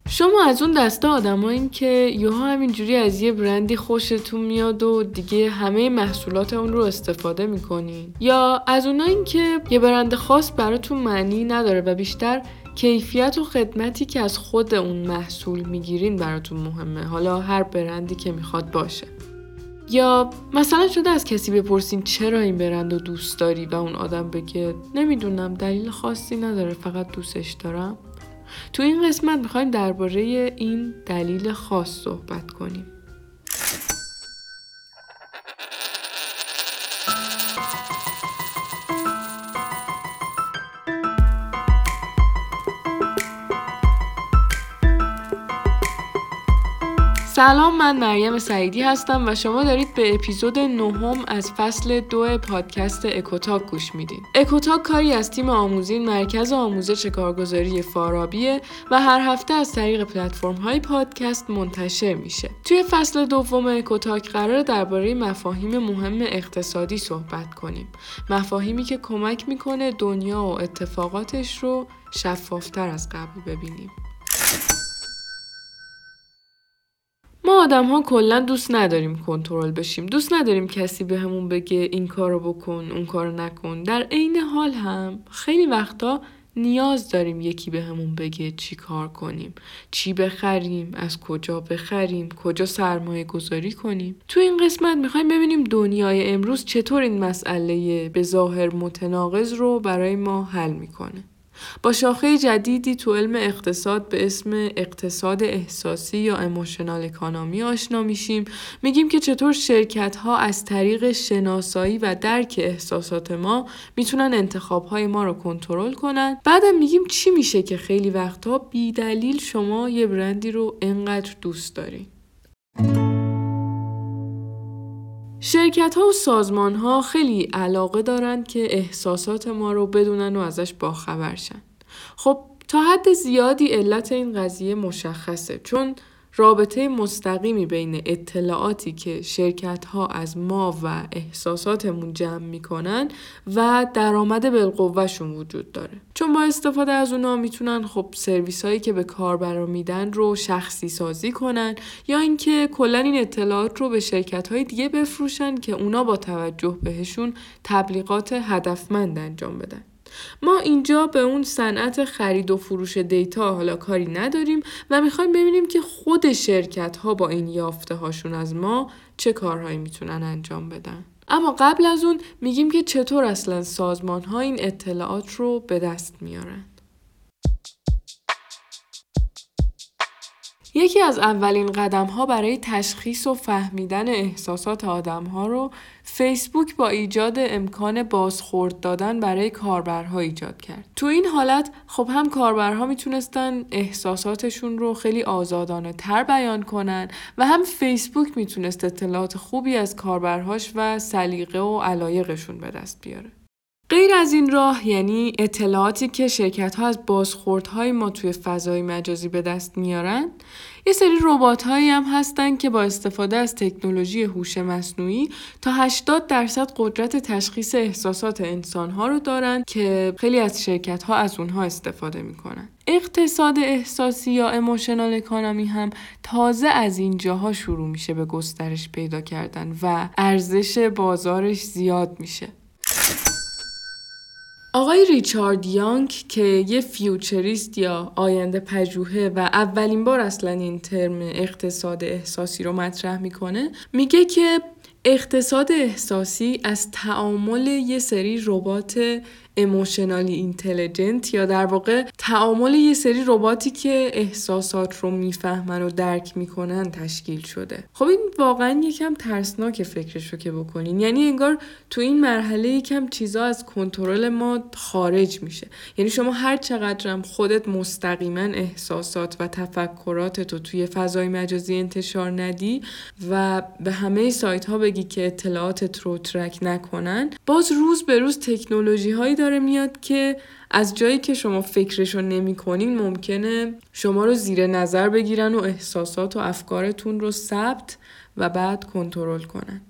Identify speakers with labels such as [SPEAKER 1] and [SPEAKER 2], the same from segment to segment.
[SPEAKER 1] شما از اون دسته آدمایین که یوها همینجوری از یه برندی خوشتون میاد و دیگه همه محصولات اون رو استفاده میکنین، یا از اونایین که یه برند خاص براتون معنی نداره و بیشتر کیفیت و خدمتی که از خود اون محصول میگیرین براتون مهمه، حالا هر برندی که میخواد باشه. یا مثلا شده از کسی بپرسین چرا این برند رو دوست داری و اون آدم بگه نمیدونم، دلیل خاصی نداره، فقط دوستش دارم. تو این قسمت میخوایم درباره این دلیل خاص صحبت کنیم. سلام، من مریم سعیدی هستم و شما دارید به اپیزود 9 از فصل 2 پادکست اکوتاک گوش میدین. اکوتاک کاری از تیم آموزین مرکز آموزش کارگزاری فارابیه و هر هفته از طریق پلتفرم‌های پادکست منتشر میشه. توی فصل 2 اکوتاک قراره درباره مفاهیم مهم اقتصادی صحبت کنیم. مفاهیمی که کمک میکنه دنیا و اتفاقاتش رو شفافتر از قبل ببینیم. ما آدم ها کلن دوست نداریم کنترل بشیم. دوست نداریم کسی به همون بگه این کارو بکن، اون کارو نکن. در عین حال هم خیلی وقتا نیاز داریم یکی به همون بگه چی کار کنیم، چی بخریم، از کجا بخریم، کجا سرمایه گذاری کنیم. تو این قسمت میخوایم ببینیم دنیای امروز چطور این مسئله به ظاهر متناقض رو برای ما حل میکنه. با شاخه جدیدی تو علم اقتصاد به اسم اقتصاد احساسی یا ایموشنال اکانومی آشنا میشیم. میگیم که چطور شرکت‌ها از طریق شناسایی و درک احساسات ما میتونن انتخاب‌های ما رو کنترل کنن. بعدم میگیم چی میشه که خیلی وقتها بی دلیل شما یه برندی رو انقدر دوست داری. شرکت‌ها و سازمان‌ها خیلی علاقه دارن که احساسات ما رو بدونن و ازش باخبر شن. خب تا حد زیادی علت این قضیه مشخصه، چون رابطه مستقیمی بین اطلاعاتی که شرکت‌ها از ما و احساساتمون جمع میکنن و درآمد بالقوه‌شون وجود داره. چون با استفاده از اونها میتونن خب سرویسایی که به کاربرا میدن رو شخصی سازی کنن، یا اینکه کلا این اطلاعات رو به شرکت‌های دیگه بفروشن که اونا با توجه بهشون تبلیغات هدفمند انجام بدن. ما اینجا به اون صنعت خرید و فروش دیتا حالا کاری نداریم و میخوایم ببینیم که خود شرکت ها با این یافته هاشون از ما چه کارهایی میتونن انجام بدن. اما قبل از اون میگیم که چطور اصلا سازمان ها این اطلاعات رو به دست میارن. یکی از اولین قدم‌ها برای تشخیص و فهمیدن احساسات آدم‌ها رو فیسبوک با ایجاد امکان بازخورد دادن برای کاربرها ایجاد کرد. تو این حالت خب هم کاربرها میتونستن احساساتشون رو خیلی آزادانه تر بیان کنن و هم فیسبوک میتونست اطلاعات خوبی از کاربرهاش و سلیقه و علایقشون به دست بیاره. غیر از این راه، یعنی اطلاعاتی که شرکت‌ها از بازخوردهای ما توی فضای مجازی به دست میارن، یه سری ربات‌هایی هم هستن که با استفاده از تکنولوژی هوش مصنوعی تا 80% قدرت تشخیص احساسات انسان‌ها رو دارن که خیلی از شرکت‌ها از اونها استفاده میکنن. اقتصاد احساسی یا ایموشنال اکانومی هم تازه از این جاها شروع میشه به گسترش پیدا کردن و ارزش بازارش زیاد میشه. آقای ریچارد یانگ که یه فیوچریست یا آینده پژوهه و اولین بار اصلا این ترم اقتصاد احساسی رو مطرح میکنه، میگه که اقتصاد احساسی از تعامل یه سری ربات ایموشنالی اینتلیجنت یا در واقع تعامل یه سری رباتی که احساسات رو میفهمن و درک میکنن تشکیل شده. خب این واقعا یکم ترسناک فکرشو که بکنین، یعنی انگار تو این مرحله یکم چیزا از کنترل ما خارج میشه. یعنی شما هر چقدرم خودت مستقیما احساسات و تفکراتتو توی فضای مجازی انتشار ندی و به همه سایت ها بگی که اطلاعاتت رو ترک نکنن، باز روز به روز تکنولوژی هایی داره میاد که از جایی که شما فکرشو نمی کنین ممکنه شما رو زیر نظر بگیرن و احساسات و افکارتون رو ثبت و بعد کنترل کنن.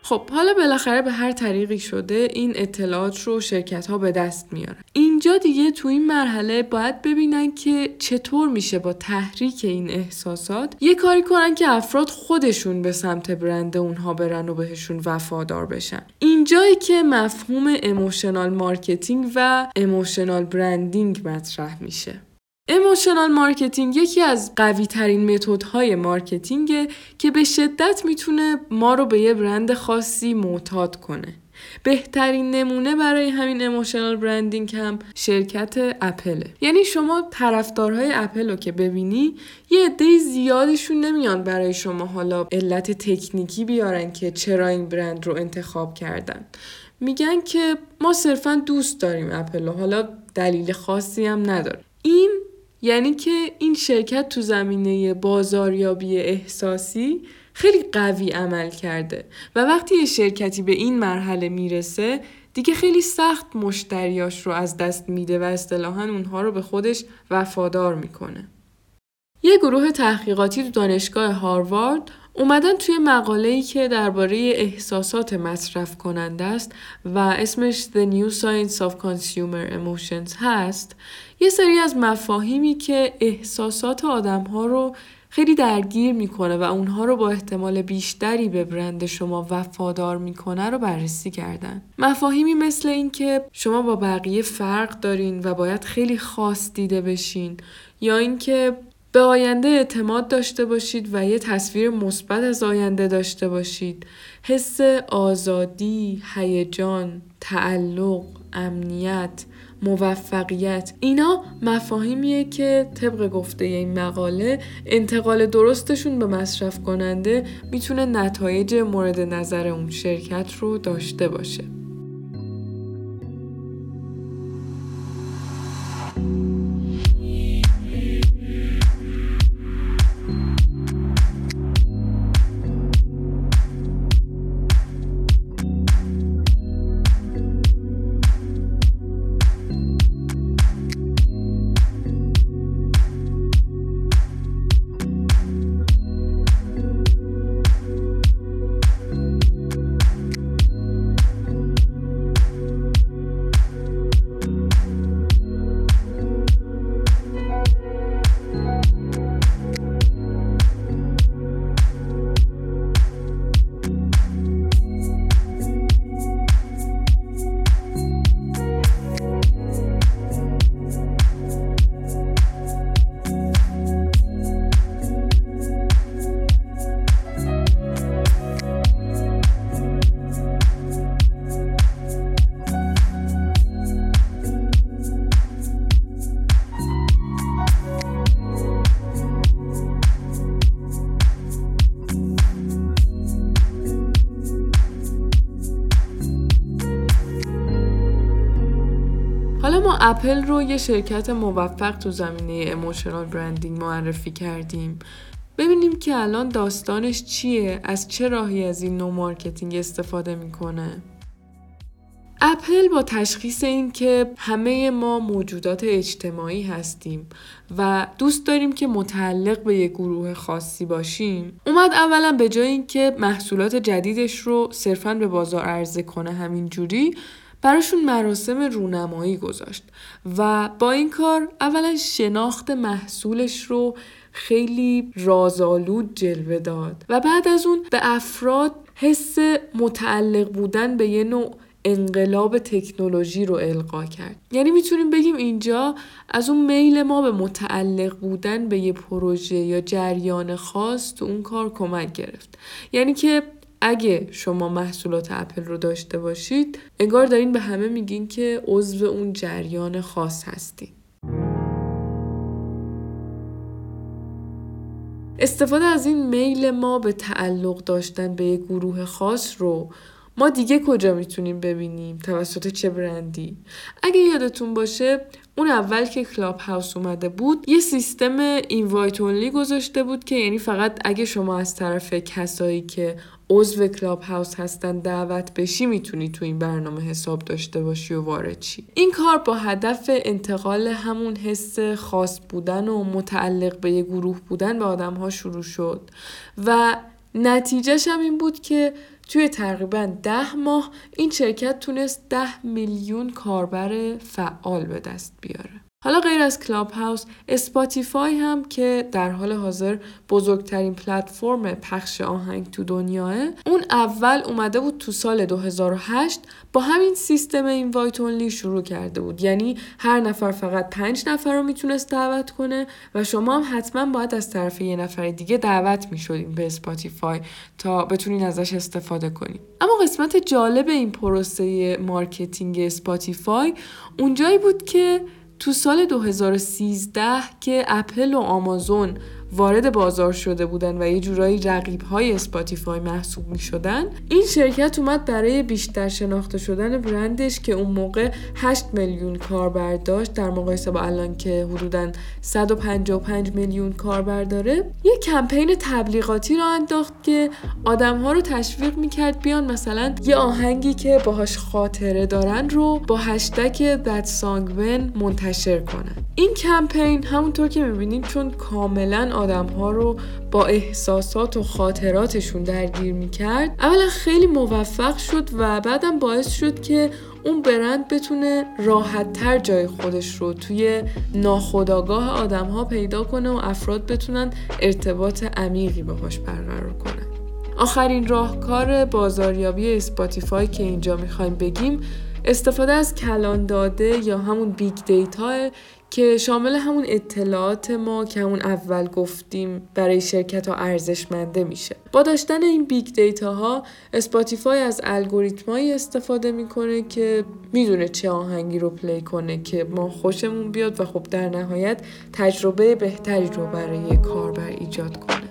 [SPEAKER 1] خب حالا بالاخره به هر طریقی شده این اطلاعات رو شرکت‌ها به دست میارن. اینجا دیگه تو این مرحله باید ببینن که چطور میشه با تحریک این احساسات یه کاری کنن که افراد خودشون به سمت برند اونها برن و بهشون وفادار بشن. اینجایی که مفهوم ایموشنال مارکتینگ و ایموشنال برندینگ مطرح میشه. ایموشنال مارکتینگ یکی از قوی ترین متدهای مارکتینگه که به شدت میتونه ما رو به یه برند خاصی معتاد کنه. بهترین نمونه برای همین ایموشنال برندینگ هم شرکت اپله. یعنی شما طرفدارهای اپل رو که ببینی یه عده زیادشون نمیان برای شما حالا علت تکنیکی بیارن که چرا این برند رو انتخاب کردن. میگن که ما صرفا دوست داریم اپل، حالا دلیل خاصی هم نداره. این یعنی که این شرکت تو زمینه بازاریابی احساسی خیلی قوی عمل کرده و وقتی یه شرکتی به این مرحله میرسه دیگه خیلی سخت مشتریاش رو از دست میده و اصطلاحاً اونها رو به خودش وفادار میکنه. یه گروه تحقیقاتی تو دانشگاه هاروارد اومدن توی مقاله‌ای که درباره احساسات مصرف کننده است و اسمش The New Science of Consumer Emotions هست، یه سری از مفاهیمی که احساسات آدم‌ها رو خیلی درگیر میکنه و اونها رو با احتمال بیشتری به برند شما وفادار میکنه رو بررسی کردن. مفاهیمی مثل این که شما با بقیه فرق دارین و باید خیلی خاص دیده بشین، یا این که به آینده اعتماد داشته باشید و یه تصویر مثبت از آینده داشته باشید، حس آزادی، هیجان، تعلق، امنیت، موفقیت، اینا مفاهیمیه که طبق گفته این مقاله انتقال درستشون به مصرف کننده میتونه نتایج مورد نظر اون شرکت رو داشته باشه. حالا ما اپل رو یه شرکت موفق تو زمینه ایموشنال برندینگ معرفی کردیم. ببینیم که الان داستانش چیه؟ از چه راهی از این نوع مارکتینگ استفاده میکنه؟ اپل با تشخیص این که همه ما موجودات اجتماعی هستیم و دوست داریم که متعلق به یک گروه خاصی باشیم، اومد اولا به جای این که محصولات جدیدش رو صرفاً به بازار عرضه کنه همینجوری، براشون مراسم رونمایی گذاشت و با این کار اولا شناخت محصولش رو خیلی رازآلود جلوه داد و بعد از اون به افراد حس متعلق بودن به یه نوع انقلاب تکنولوژی رو القا کرد. یعنی میتونیم بگیم اینجا از اون میل ما به متعلق بودن به یه پروژه یا جریان خاص تو اون کار کمک گرفت. یعنی که اگه شما محصولات اپل رو داشته باشید، انگار دارین به همه میگین که عضو اون جریان خاص هستین. استفاده از این میل ما به تعلق داشتن به یک گروه خاص رو ما دیگه کجا میتونیم ببینیم؟ توسط چه برندی؟ اگه یادتون باشه اون اول که کلاب هاوس اومده بود یه سیستم اینوایت اونلی گذاشته بود که یعنی فقط اگه شما از طرف کسایی که عضو کلاب هاوس هستن دعوت بشی میتونی تو این برنامه حساب داشته باشی و وارد شی. این کار با هدف انتقال همون حس خاص بودن و متعلق به یه گروه بودن به آدم‌ها شروع شد و نتیجهش هم این بود که توی تقریباً 10 ماه این شرکت تونست 10 میلیون کاربر فعال به دست بیاره. حالا غیر از کلاب هاوس، اسپاتیفای هم که در حال حاضر بزرگترین پلتفرم پخش آهنگ تو دنیاه، اون اول اومده بود تو سال 2008 با همین سیستم اینوایت اونلی شروع کرده بود. یعنی هر نفر فقط 5 نفر رو میتونست دعوت کنه و شما هم حتما باید از طرف یه نفر دیگه دعوت میشدین به اسپاتیفای تا بتونین ازش استفاده کنین. اما قسمت جالب این پروسه مارکتینگ اسپاتیفای اونجایی بود که تو سال 2013 که اپل و آمازون وارد بازار شده بودن و یه جورایی رقیب‌های اسپاتیفای محسوب می‌شدن، این شرکت اومد برای بیشتر شناخته شدن برندش که اون موقع 8 میلیون کاربر داشت در مقایسه با الان که حدوداً 155 میلیون کاربر داره، یه کمپین تبلیغاتی راه انداخت که آدم‌ها رو تشویق می‌کرد بیان مثلا یه آهنگی که باهاش خاطره دارن رو با هشتگ That Song When منتشر کنن. این کمپین همونطور که می‌بینید چون کاملاً آدم‌ها رو با احساسات و خاطراتشون درگیر می‌کرد، اولا خیلی موفق شد و بعدم باعث شد که اون برند بتونه راحت‌تر جای خودش رو توی ناخودآگاه آدم‌ها پیدا کنه و افراد بتونن ارتباط عمیقی باهاش برقرار کنن. آخرین راهکار بازاریابی اسپاتیفای که اینجا می‌خوایم بگیم، استفاده از کلان داده یا همون بیگ دیتا که شامل همون اطلاعات ما که همون اول گفتیم برای شرکت ها ارزشمنده میشه. با داشتن این بیگ دیتا ها اسپاتیفای از الگوریتمایی استفاده میکنه که میدونه چه آهنگی رو پلی کنه که ما خوشمون بیاد و خب در نهایت تجربه بهتری رو برای کاربر ایجاد کنه.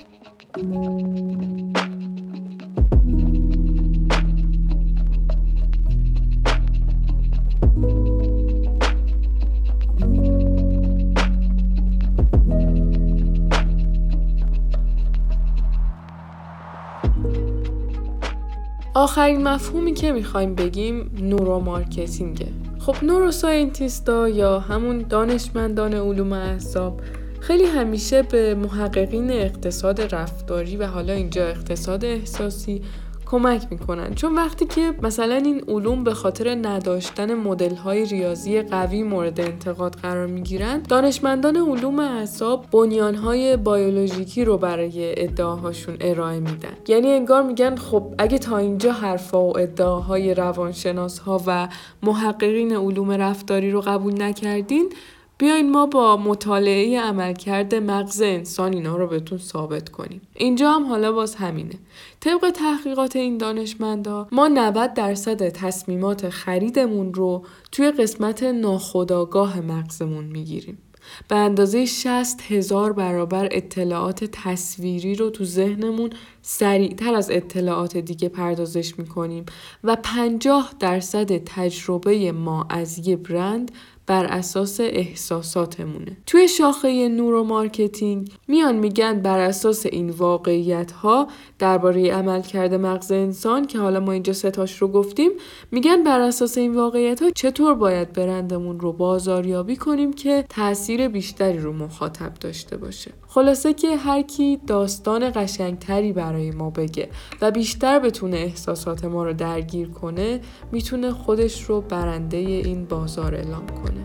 [SPEAKER 1] آخرین مفهومی که میخوایم بگیم نورومارکتینگه. خب نوروساینتیستا یا همون دانشمندان علوم اعصاب خیلی همیشه به محققین اقتصاد رفتاری و حالا اینجا اقتصاد احساسی کمک میکنن، چون وقتی که مثلا این علوم به خاطر نداشتن مدل‌های ریاضی قوی مورد انتقاد قرار میگیرن، دانشمندان علوم اعصاب بنیان‌های بیولوژیکی رو برای ادعاهاشون ارائه میدن. یعنی انگار میگن خب اگه تا اینجا حرفا و ادعاهای روانشناس‌ها و محققین علوم رفتاری رو قبول نکردین، بیاین ما با مطالعه عملکرد مغز انسان اینا رو بهتون ثابت کنیم. اینجا هم حالا باز همینه. طبق تحقیقات این دانشمندا ما 90% تصمیمات خریدمون رو توی قسمت ناخودآگاه مغزمون میگیریم. به اندازه 60,000 برابر اطلاعات تصویری رو تو ذهنمون سریعتر از اطلاعات دیگه پردازش میکنیم و 50% تجربه ما از یه برند بر اساس احساساتمونه. توی شاخه نورومارکتینگ میان میگن بر اساس این واقعیت ها درباره عملکرد مغز انسان که حالا ما اینجا 3 تاش رو گفتیم، میگن بر اساس این واقعیت ها چطور باید برندمون رو بازاریابی کنیم که تأثیر بیشتری رو مخاطب داشته باشه. خلاصه که هر کی داستان قشنگتری برای ما بگه و بیشتر بتونه احساسات ما رو درگیر کنه، میتونه خودش رو برنده این بازار اعلام کنه.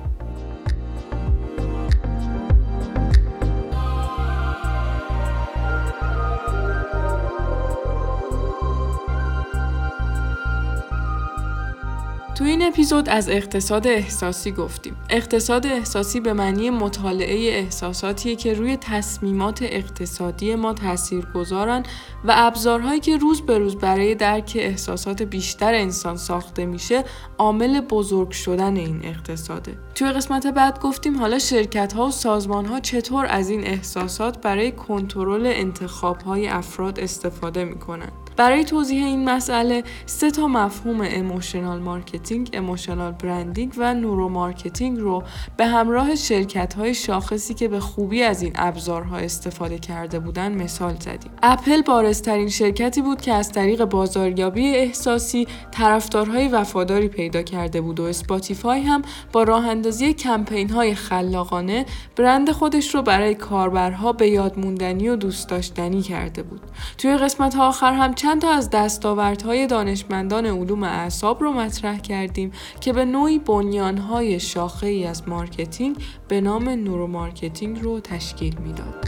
[SPEAKER 1] تو این اپیزود از اقتصاد احساسی گفتیم. اقتصاد احساسی به معنی مطالعه احساساتیه که روی تصمیمات اقتصادی ما تاثیرگذارن و ابزارهایی که روز به روز برای درک احساسات بیشتر انسان ساخته میشه عامل بزرگ شدن این اقتصاده. توی قسمت بعد گفتیم حالا شرکت‌ها و سازمان‌ها چطور از این احساسات برای کنترل انتخاب‌های افراد استفاده میکنن. برای توضیح این مسئله 3 مفهوم ایموشنال مارکتینگ مارکتینگ، ایموشنال برندینگ و نورو مارکتینگ رو به همراه شرکت‌های شاخصی که به خوبی از این ابزارها استفاده کرده بودن مثال زدیم. اپل بارزترین شرکتی بود که از طریق بازاریابی احساسی طرفدارهای وفاداری پیدا کرده بود و اسپاتیفای هم با راه اندازی کمپین‌های خلاقانه برند خودش رو برای کاربرها به یاد موندنی و دوست داشتنی کرده بود. توی قسمت آخر هم چند تا از دستاوردهای دانشمندان علوم اعصاب رو مطرح کردیم که به نوعی بنیان‌های شاخه‌ای از مارکتینگ به نام نورو مارکتینگ رو تشکیل میداد.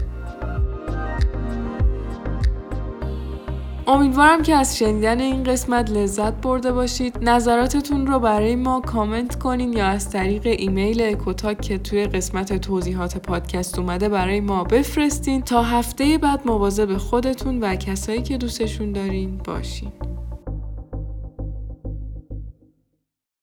[SPEAKER 1] امیدوارم که از شنیدن این قسمت لذت برده باشید. نظراتتون رو برای ما کامنت کنین یا از طریق ایمیل اکوتاک که توی قسمت توضیحات پادکست اومده برای ما بفرستین. تا هفته بعد مواظب خودتون و کسایی که دوستشون دارین باشین.